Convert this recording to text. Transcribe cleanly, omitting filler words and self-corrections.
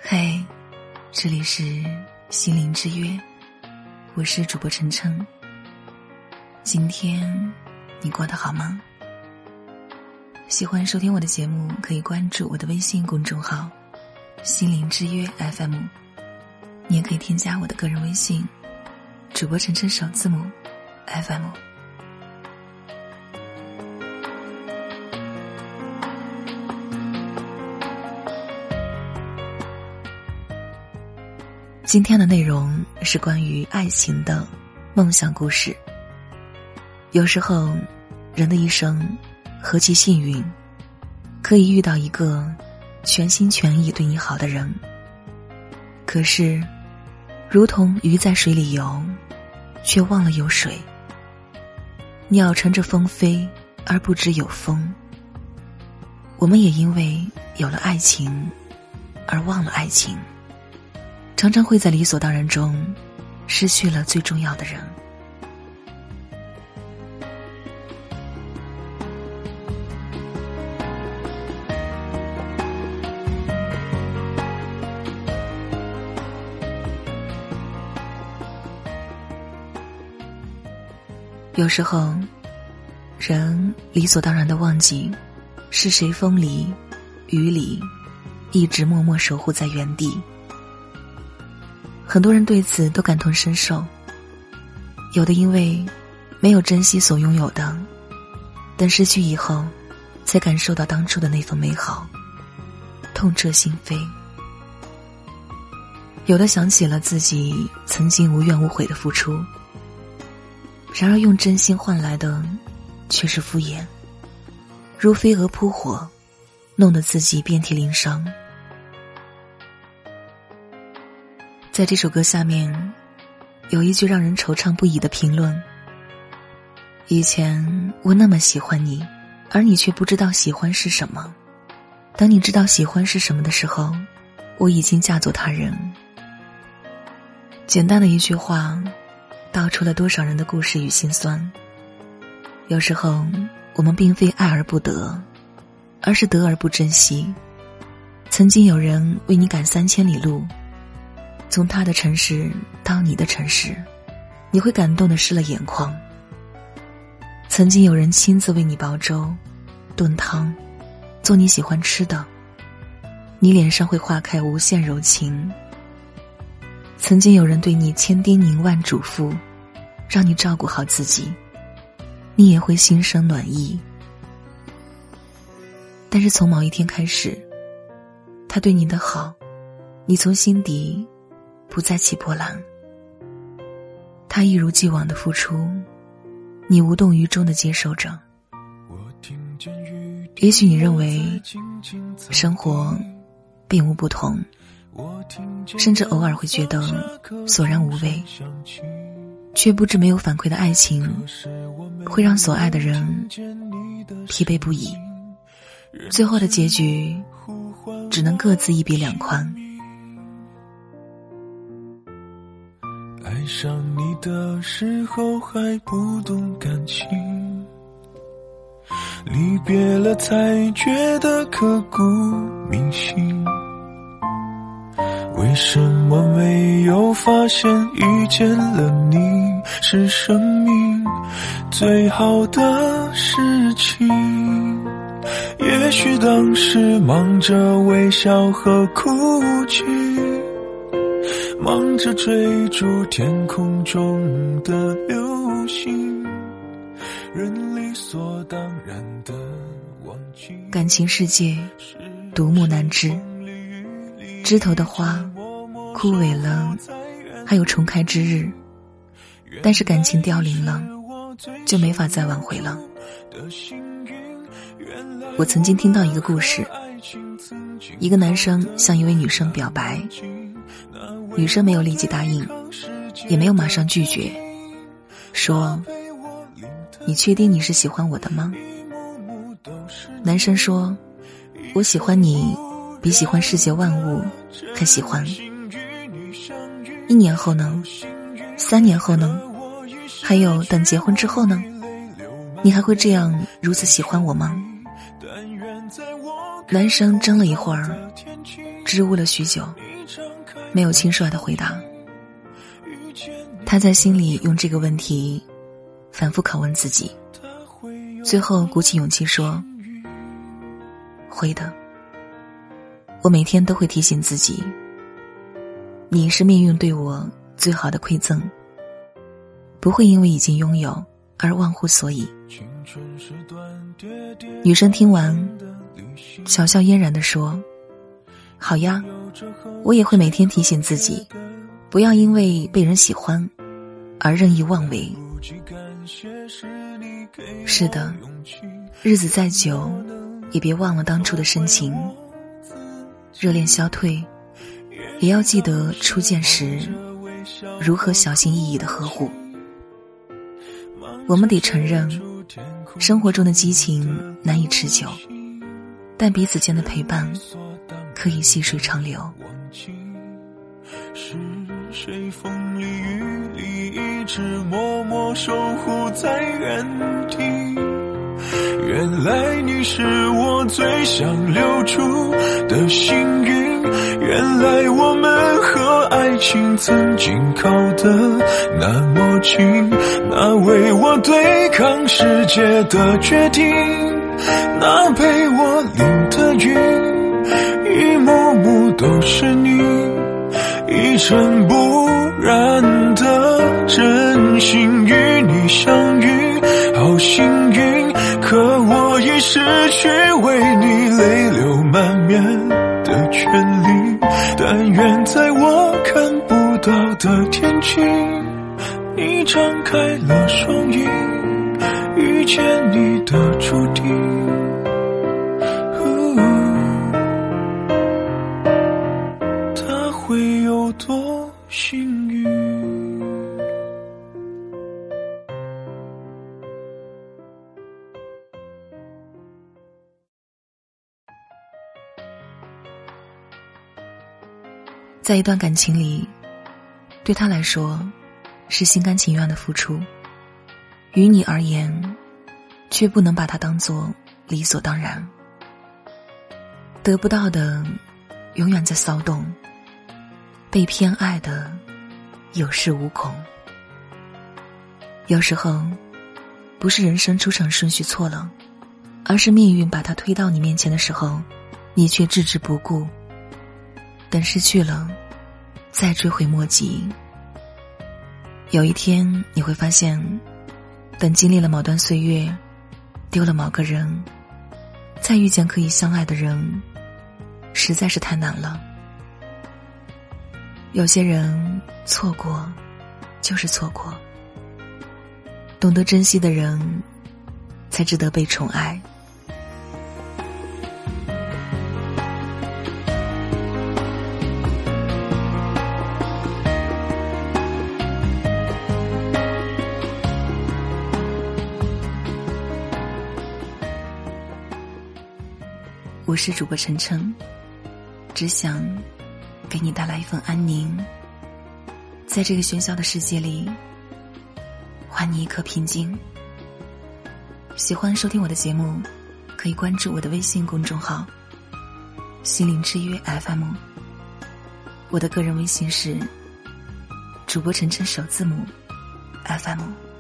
嗨，这里是心灵之约，我是主播晨晨。今天你过得好吗？喜欢收听我的节目，可以关注我的微信公众号心灵之约 FM， 你也可以添加我的个人微信主播晨晨首字母 FM。今天的内容是关于爱情的梦想故事。有时候人的一生何其幸运，可以遇到一个全心全意对你好的人。可是如同鱼在水里游，却忘了有水；鸟乘着风飞，而不知有风。我们也因为有了爱情而忘了爱情，常常会在理所当然中失去了最重要的人。有时候人理所当然地忘记是谁风里雨里一直默默守护在原地。很多人对此都感同身受，有的因为没有珍惜所拥有的，等失去以后才感受到当初的那份美好，痛彻心扉；有的想起了自己曾经无怨无悔的付出，然而用真心换来的却是敷衍，如飞蛾扑火，弄得自己遍体鳞伤。在这首歌下面有一句让人惆怅不已的评论：以前我那么喜欢你，而你却不知道喜欢是什么。当你知道喜欢是什么的时候，我已经嫁作他人。简单的一句话道出了多少人的故事与心酸。有时候我们并非爱而不得，而是得而不珍惜。曾经有人为你赶3000里路，从他的城市到你的城市，你会感动得湿了眼眶。曾经有人亲自为你煲粥炖汤，做你喜欢吃的，你脸上会化开无限柔情。曾经有人对你千叮咛万嘱咐，让你照顾好自己，你也会心生暖意。但是从某一天开始，他对你的好，你从心底不再起波澜。他一如既往的付出，你无动于衷的接受着。也许你认为生活并无不同，甚至偶尔会觉得索然无味，却不知没有反馈的爱情会让所爱的人疲惫不已，最后的结局只能各自一别两宽。 爱上你的时候还不懂感情，离别了才觉得刻骨铭心。为什么没有发现遇见了你是生命最好的事情？也许当时忙着微笑和哭泣，忙着追逐天空中的流星，人理所当然的忘记。 感情世界独木难支，枝头的花枯萎了还有重开之日，但是感情凋零了就没法再挽回了。我曾经听到一个故事，一个男生向一位女生表白，女生没有立即答应，也没有马上拒绝，说：你确定你是喜欢我的吗？男生说：我喜欢你比喜欢世界万物还喜欢。1年后呢？3年后呢？还有等结婚之后呢？你还会这样如此喜欢我吗？男生怔了一会儿，支吾了许久， 没有轻率的回答。他在心里用这个问题反复拷问自己，最后鼓起勇气说，会的。我每天都会提醒自己，你是命运对我最好的馈赠，不会因为已经拥有而忘乎所以。女生听完巧笑嫣然地说，好呀，我也会每天提醒自己，不要因为被人喜欢而任意妄为。是的，日子再久也别忘了当初的深情，热恋消退也要记得初见时如何小心翼翼地呵护。我们得承认，生活中的激情难以持久，但彼此间的陪伴可以细水长流。 是谁风里雨里一直默默守护在原地？原来你是我最想留住的幸运，原来我们和爱情曾经靠得那么近，那为我对抗世界的决定，那陪我淋的雨，一幕幕都是你，一尘不染的真心与你相遇，好幸运，可我已失去为你泪流满面的权利，但愿在我看不到的天际，你张开了双翼，遇见你的注定。他会有多幸运？ 在一段感情里，对他来说是心甘情愿的付出，于你而言却不能把它当作理所当然。得不到的永远在骚动，被偏爱的有恃无恐。有时候不是人生出场顺序错了，而是命运把它推到你面前的时候，你却置之不顾，等失去了再追悔莫及。有一天你会发现，等经历了某段岁月，丢了某个人，再遇见可以相爱的人，实在是太难了。有些人错过就是错过，懂得珍惜的人才值得被宠爱。我是主播晨晨，只想给你带来一份安宁，在这个喧嚣的世界里还你一颗平静。喜欢收听我的节目，可以关注我的微信公众号心灵之约 FM， 我的个人微信是主播晨晨首字母 FM。